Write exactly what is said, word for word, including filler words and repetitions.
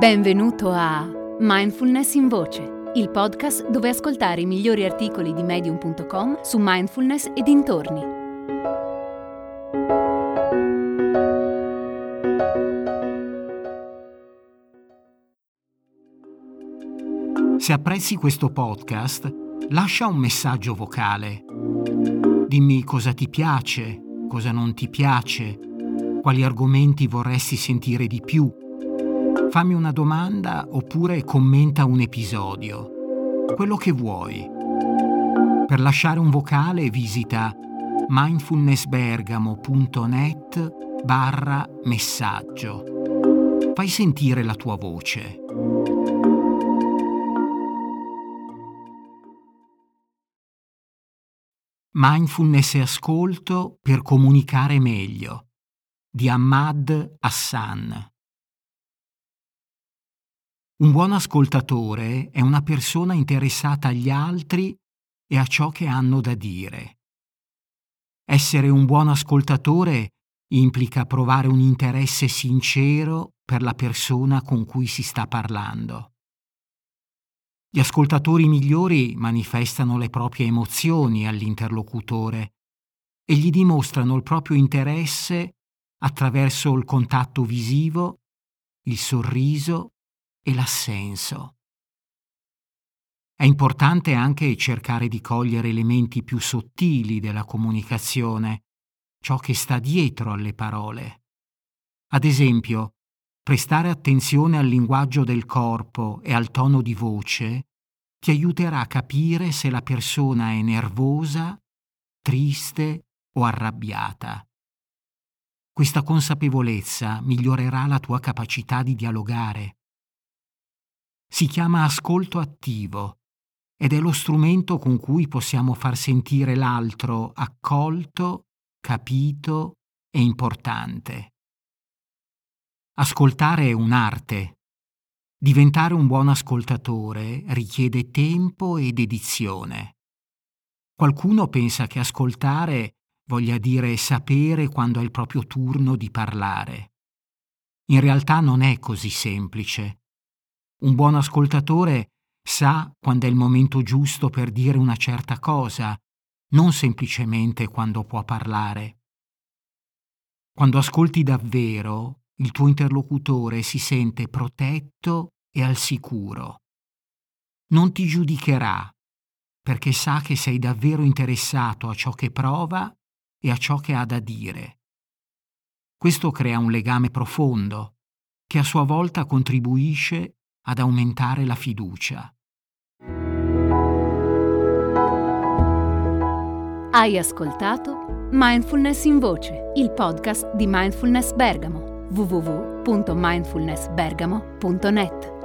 Benvenuto a Mindfulness in Voce, il podcast dove ascoltare i migliori articoli di medium punto com su mindfulness e dintorni. Se apprezzi questo podcast, lascia un messaggio vocale. Dimmi cosa ti piace, cosa non ti piace, quali argomenti vorresti sentire di più. Fammi una domanda oppure commenta un episodio. Quello che vuoi. Per lasciare un vocale visita mindfulnessbergamo.net barra messaggio. Fai sentire la tua voce. Mindfulness e ascolto per comunicare meglio di Ahmad Hassan. Un buon ascoltatore è una persona interessata agli altri e a ciò che hanno da dire. Essere un buon ascoltatore implica provare un interesse sincero per la persona con cui si sta parlando. Gli ascoltatori migliori manifestano le proprie emozioni all'interlocutore e gli dimostrano il proprio interesse attraverso il contatto visivo, il sorriso e l'assenso. È importante anche cercare di cogliere elementi più sottili della comunicazione, ciò che sta dietro alle parole. Ad esempio, prestare attenzione al linguaggio del corpo e al tono di voce ti aiuterà a capire se la persona è nervosa, triste o arrabbiata. Questa consapevolezza migliorerà la tua capacità di dialogare. Si chiama ascolto attivo ed è lo strumento con cui possiamo far sentire l'altro accolto, capito e importante. Ascoltare è un'arte. Diventare un buon ascoltatore richiede tempo e dedizione. Qualcuno pensa che ascoltare voglia dire sapere quando è il proprio turno di parlare. In realtà non è così semplice. Un buon ascoltatore sa quando è il momento giusto per dire una certa cosa, non semplicemente quando può parlare. Quando ascolti davvero, il tuo interlocutore si sente protetto e al sicuro. Non ti giudicherà, perché sa che sei davvero interessato a ciò che prova e a ciò che ha da dire. Questo crea un legame profondo, che a sua volta contribuisce ad aumentare la fiducia. Hai ascoltato Mindfulness in Voce, il podcast di Mindfulness Bergamo. w w w punto mindfulness bergamo punto net